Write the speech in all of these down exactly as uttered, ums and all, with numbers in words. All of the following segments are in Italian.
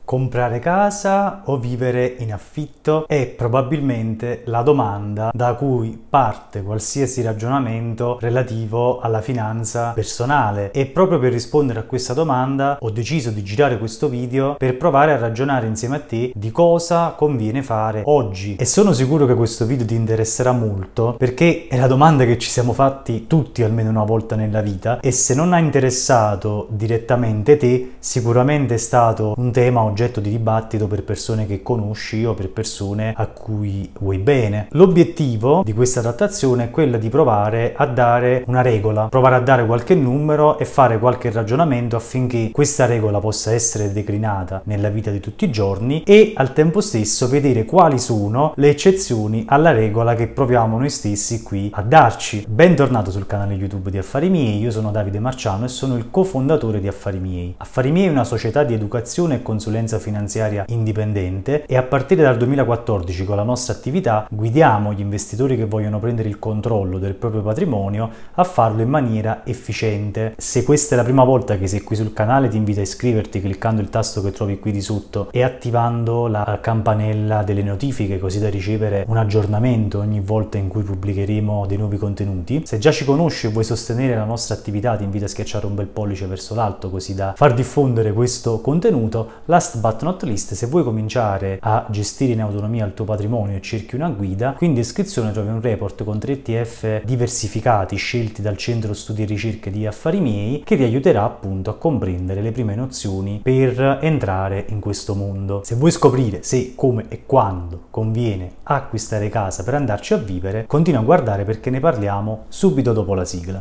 Comprare casa o vivere in affitto è probabilmente la domanda da cui parte qualsiasi ragionamento relativo alla finanza personale, e proprio per rispondere a questa domanda ho deciso di girare questo video per provare a ragionare insieme a te di cosa conviene fare oggi. E sono sicuro che questo video ti interesserà molto, perché è la domanda che ci siamo fatti tutti almeno una volta nella vita, e se non ha interessato direttamente te, sicuramente è stato un tema oggetto di dibattito per persone che conosci o per persone a cui vuoi bene. L'obiettivo di questa trattazione è quello di provare a dare una regola, provare a dare qualche numero e fare qualche ragionamento affinché questa regola possa essere declinata nella vita di tutti i giorni, e al tempo stesso vedere quali sono le eccezioni alla regola che proviamo noi stessi qui a darci. Bentornato sul canale YouTube di Affari Miei, io sono Davide Marciano e sono il cofondatore di Affari Miei. Affari Miei è una società di educazione e consulenza finanziaria indipendente, e a partire dal duemilaquattordici con la nostra attività guidiamo gli investitori che vogliono prendere il controllo del proprio patrimonio a farlo in maniera efficiente. Se questa è la prima volta che sei qui sul canale, ti invito a iscriverti cliccando il tasto che trovi qui di sotto e attivando la campanella delle notifiche, così da ricevere un aggiornamento ogni volta in cui pubblicheremo dei nuovi contenuti. Se già ci conosci e vuoi sostenere la nostra attività, ti invito a schiacciare un bel pollice verso l'alto così da far diffondere questo contenuto. Last but not least, se vuoi cominciare a gestire in autonomia il tuo patrimonio e cerchi una guida, qui in descrizione trovi un report con tre E T F diversificati scelti dal centro studi e ricerche di Affari Miei, che ti aiuterà appunto a comprendere le prime nozioni per entrare in questo mondo. Se vuoi scoprire se, come e quando conviene acquistare casa per andarci a vivere, continua a guardare perché ne parliamo subito dopo la sigla.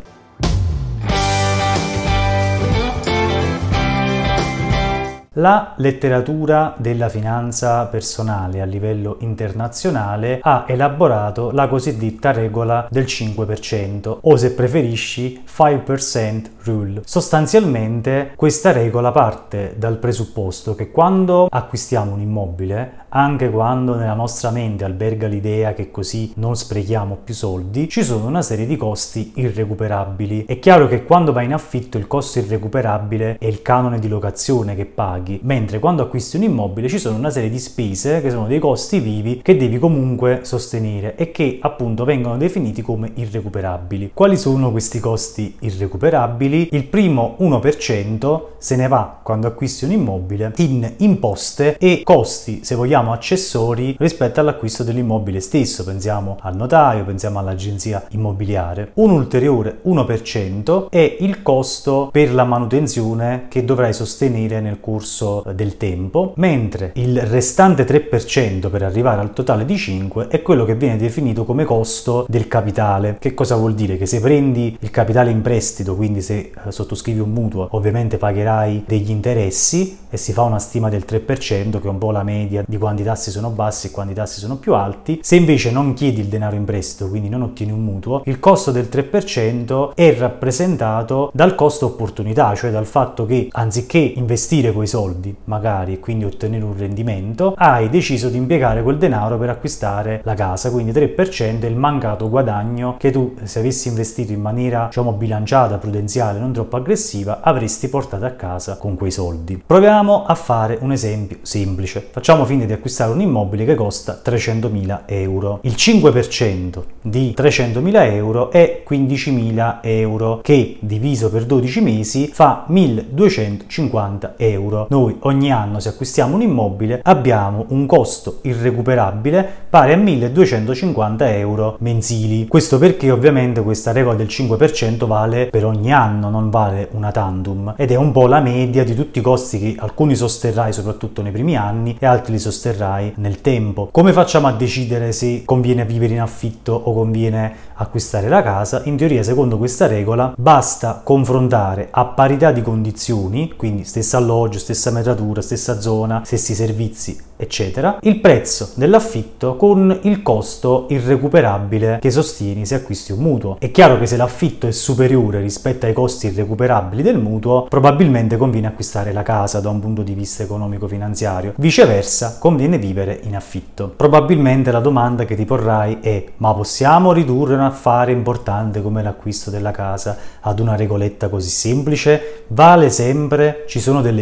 La letteratura della finanza personale a livello internazionale ha elaborato la cosiddetta regola del cinque per cento, o se preferisci five percent rule. Sostanzialmente questa regola parte dal presupposto che quando acquistiamo un immobile, anche quando nella nostra mente alberga l'idea che così non sprechiamo più soldi, ci sono una serie di costi irrecuperabili. È chiaro che quando vai in affitto il costo irrecuperabile è il canone di locazione che paghi, mentre quando acquisti un immobile ci sono una serie di spese che sono dei costi vivi che devi comunque sostenere e che appunto vengono definiti come irrecuperabili. Quali sono questi costi irrecuperabili? Il primo uno per cento se ne va quando acquisti un immobile in imposte e costi, se vogliamo, accessori rispetto all'acquisto dell'immobile stesso. Pensiamo al notaio, pensiamo all'agenzia immobiliare. Un ulteriore uno per cento è il costo per la manutenzione che dovrai sostenere nel corso del tempo, mentre il restante tre per cento, per arrivare al totale di cinque, è quello che viene definito come costo del capitale. Che cosa vuol dire? Che se prendi il capitale in prestito, quindi se sottoscrivi un mutuo, ovviamente pagherai degli interessi e si fa una stima del tre per cento, che è un po' la media di quanti tassi sono bassi e quanti tassi sono più alti. Se invece non chiedi il denaro in prestito, quindi non ottieni un mutuo, il costo del tre per cento è rappresentato dal costo opportunità, cioè dal fatto che anziché investire quei soldi magari e quindi ottenere un rendimento, hai deciso di impiegare quel denaro per acquistare la casa. Quindi tre per cento è il mancato guadagno che tu, se avessi investito in maniera diciamo bilanciata, prudenziale, non troppo aggressiva, avresti portato a casa con quei soldi. Proviamo a fare un esempio semplice. Facciamo finta di acquistare un immobile che costa trecentomila euro. Il cinque per cento di trecentomila euro è quindicimila euro, che diviso per dodici mesi fa milleduecentocinquanta euro. Noi ogni anno, se acquistiamo un immobile, abbiamo un costo irrecuperabile pari a milleduecentocinquanta euro mensili. Questo perché ovviamente questa regola del cinque per cento vale per ogni anno, non vale una tantum, ed è un po' la media di tutti i costi che alcuni sosterrai soprattutto nei primi anni e altri li sosterrai nel tempo. Come facciamo a decidere se conviene vivere in affitto o conviene acquistare la casa? In teoria, secondo questa regola, basta confrontare a parità di condizioni, quindi stesso alloggio, stessa metratura, stessa zona, stessi servizi, eccetera, il prezzo dell'affitto con il costo irrecuperabile che sostieni se acquisti un mutuo. È chiaro che se l'affitto è superiore rispetto ai costi irrecuperabili del mutuo, probabilmente conviene acquistare la casa da un punto di vista economico-finanziario. Viceversa, conviene vivere in affitto. Probabilmente la domanda che ti porrai è: ma possiamo ridurre un affare importante come l'acquisto della casa ad una regoletta così semplice? Vale sempre? Ci sono delle eccezioni?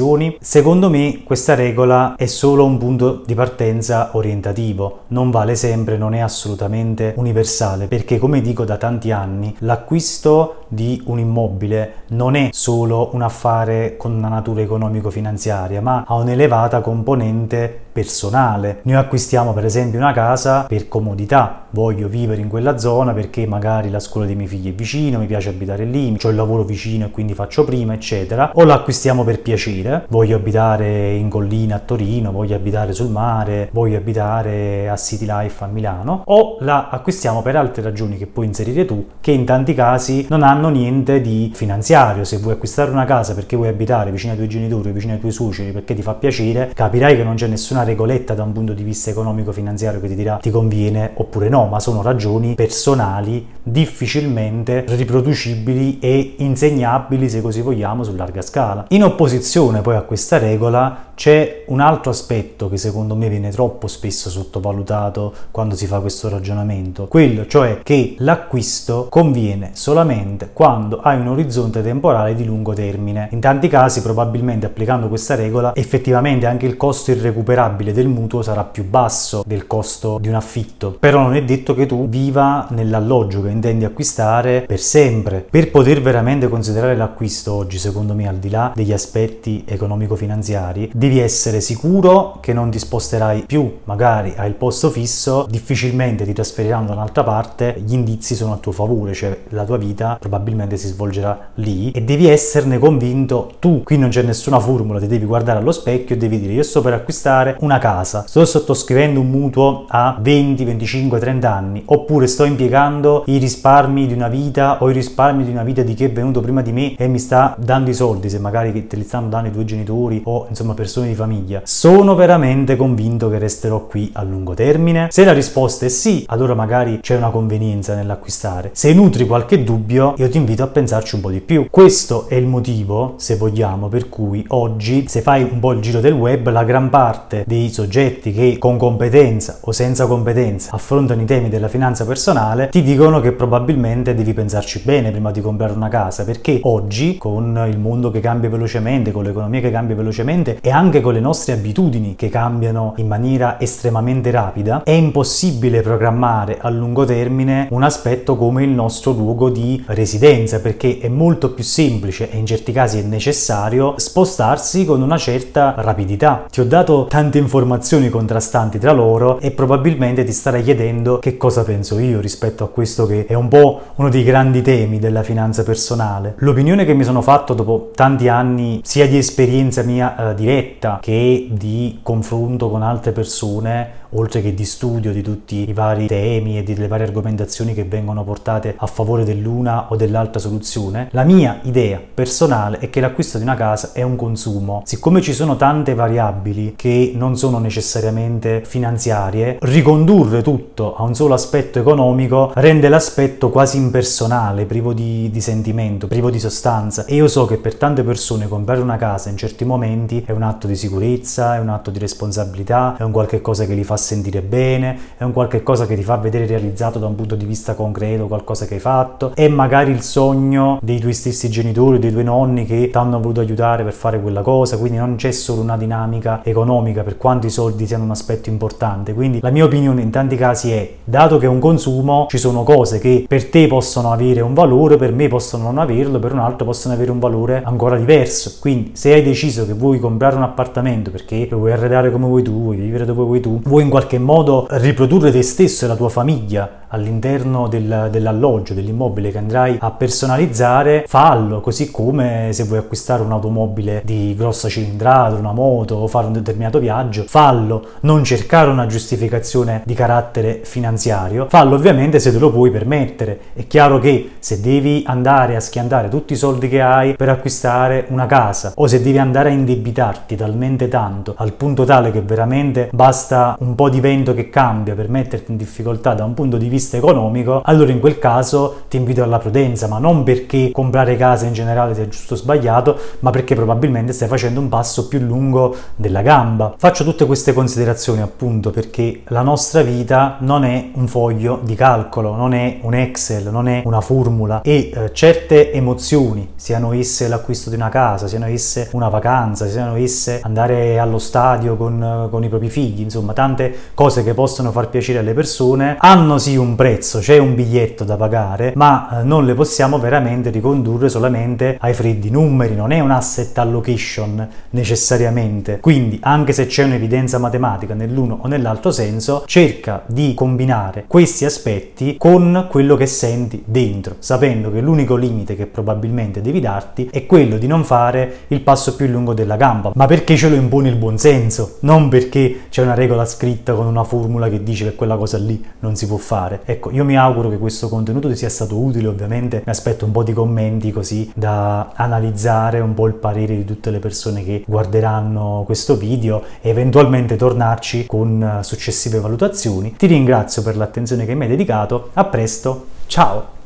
condizioni. Secondo me questa regola è solo un punto di partenza orientativo, non vale sempre, non è assolutamente universale, perché come dico da tanti anni, l'acquisto di un immobile non è solo un affare con una natura economico-finanziaria, ma ha un'elevata componente personale. Noi acquistiamo per esempio una casa per comodità, voglio vivere in quella zona perché magari la scuola dei miei figli è vicino, mi piace abitare lì, ho il lavoro vicino e quindi faccio prima, eccetera. O l'acquistiamo per piacere, voglio abitare in collina a Torino, voglio abitare sul mare, voglio abitare a City Life a Milano, o la acquistiamo per altre ragioni che puoi inserire tu, che in tanti casi non hanno niente di finanziario. Se vuoi acquistare una casa perché vuoi abitare vicino ai tuoi genitori, vicino ai tuoi suoceri, perché ti fa piacere, capirai che non c'è nessuna regoletta da un punto di vista economico-finanziario che ti dirà ti conviene oppure no, ma sono ragioni personali difficilmente riproducibili e insegnabili, se così vogliamo, su larga scala. In opposizione poi a questa regola c'è un altro aspetto che secondo me viene troppo spesso sottovalutato quando si fa questo ragionamento, quello cioè che l'acquisto conviene solamente quando hai un orizzonte temporale di lungo termine. In tanti casi, probabilmente applicando questa regola, effettivamente anche il costo irrecuperabile del mutuo sarà più basso del costo di un affitto, però non è detto che tu viva nell'alloggio che intendi acquistare per sempre. Per poter veramente considerare l'acquisto oggi, secondo me, al di là degli aspetti economico-finanziari, devi essere sicuro che non ti sposterai più, magari hai il posto fisso, difficilmente ti trasferiranno da un'altra parte, gli indizi sono a tuo favore, cioè la tua vita probabilmente si svolgerà lì e devi esserne convinto tu. Qui non c'è nessuna formula, ti devi guardare allo specchio e devi dire: io sto per acquistare una casa, sto sottoscrivendo un mutuo a venti, venticinque, trenta anni, oppure sto impiegando i risparmi di una vita o i risparmi di una vita di chi è venuto prima di me e mi sta dando i soldi, se magari te li stanno dando i tuoi genitori o insomma persone di famiglia. Sono veramente convinto che resterò qui a lungo termine? Se la risposta è sì, allora magari c'è una convenienza nell'acquistare. Se nutri qualche dubbio, io ti invito a pensarci un po' di più. Questo è il motivo, se vogliamo, per cui oggi, se fai un po' il giro del web, la gran parte dei soggetti che con competenza o senza competenza affrontano i temi della finanza personale ti dicono che probabilmente devi pensarci bene prima di comprare una casa, perché oggi, con il mondo che cambia velocemente, con l'economia che cambia velocemente e anche con le nostre abitudini che cambiano in maniera estremamente rapida, è impossibile programmare a lungo termine un aspetto come il nostro luogo di residenza, perché è molto più semplice e in certi casi è necessario spostarsi con una certa rapidità. Ti ho dato tante informazioni contrastanti tra loro e probabilmente ti starai chiedendo che cosa penso io rispetto a questo che è un po' uno dei grandi temi della finanza personale. L'opinione che mi sono fatto dopo tanti anni sia di esperienza mia eh, diretta che di confronto con altre persone, oltre che di studio di tutti i vari temi e delle varie argomentazioni che vengono portate a favore dell'una o dell'altra soluzione, la mia idea personale è che l'acquisto di una casa è un consumo. Siccome ci sono tante variabili che non sono necessariamente finanziarie, ricondurre tutto a un solo aspetto economico rende l'aspetto quasi impersonale, privo di, di sentimento, privo di sostanza. E io so che per tante persone comprare una casa in certi momenti è un atto di sicurezza, è un atto di responsabilità, è un qualche cosa che li fa sentire bene, è un qualche cosa che ti fa vedere realizzato da un punto di vista concreto qualcosa che hai fatto, è magari il sogno dei tuoi stessi genitori, dei tuoi nonni che ti hanno voluto aiutare per fare quella cosa, quindi non c'è solo una dinamica economica, per quanto i soldi siano un aspetto importante. Quindi la mia opinione in tanti casi è: dato che è un consumo, ci sono cose che per te possono avere un valore, per me possono non averlo, per un altro possono avere un valore ancora diverso. Quindi se hai deciso che vuoi comprare un appartamento perché lo vuoi arredare come vuoi tu, vuoi vivere dove vuoi tu, vuoi in qualche modo riprodurre te stesso e la tua famiglia all'interno del, dell'alloggio, dell'immobile che andrai a personalizzare, fallo. Così come se vuoi acquistare un'automobile di grossa cilindrata, una moto o fare un determinato viaggio, fallo. Non cercare una giustificazione di carattere finanziario, fallo ovviamente se te lo puoi permettere. È chiaro che se devi andare a schiantare tutti i soldi che hai per acquistare una casa, o se devi andare a indebitarti talmente tanto al punto tale che veramente basta un po' di vento che cambia per metterti in difficoltà da un punto di vista economico, allora in quel caso ti invito alla prudenza. partenza, ma non perché comprare casa in generale sia giusto o sbagliato, ma perché probabilmente stai facendo un passo più lungo della gamba. Faccio tutte queste considerazioni appunto perché la nostra vita non è un foglio di calcolo, non è un Excel, non è una formula e eh, certe emozioni, siano esse l'acquisto di una casa, siano esse una vacanza, siano esse andare allo stadio con, con i propri figli, insomma tante cose che possono far piacere alle persone, hanno sì un prezzo, c'è un biglietto da pagare, ma eh, non le possiamo veramente ricondurre solamente ai freddi numeri, non è un asset allocation necessariamente. Quindi anche se c'è un'evidenza matematica nell'uno o nell'altro senso, cerca di combinare questi aspetti con quello che senti dentro, sapendo che l'unico limite che probabilmente devi darti è quello di non fare il passo più lungo della gamba, ma perché ce lo impone il buonsenso, non perché c'è una regola scritta con una formula che dice che quella cosa lì non si può fare. Ecco, io mi auguro che questo contenuto ti sia stato utile, ovviamente mi aspetto un po' di commenti così da analizzare un po' il parere di tutte le persone che guarderanno questo video e eventualmente tornarci con successive valutazioni. Ti ringrazio per l'attenzione che mi hai dedicato, a presto, ciao!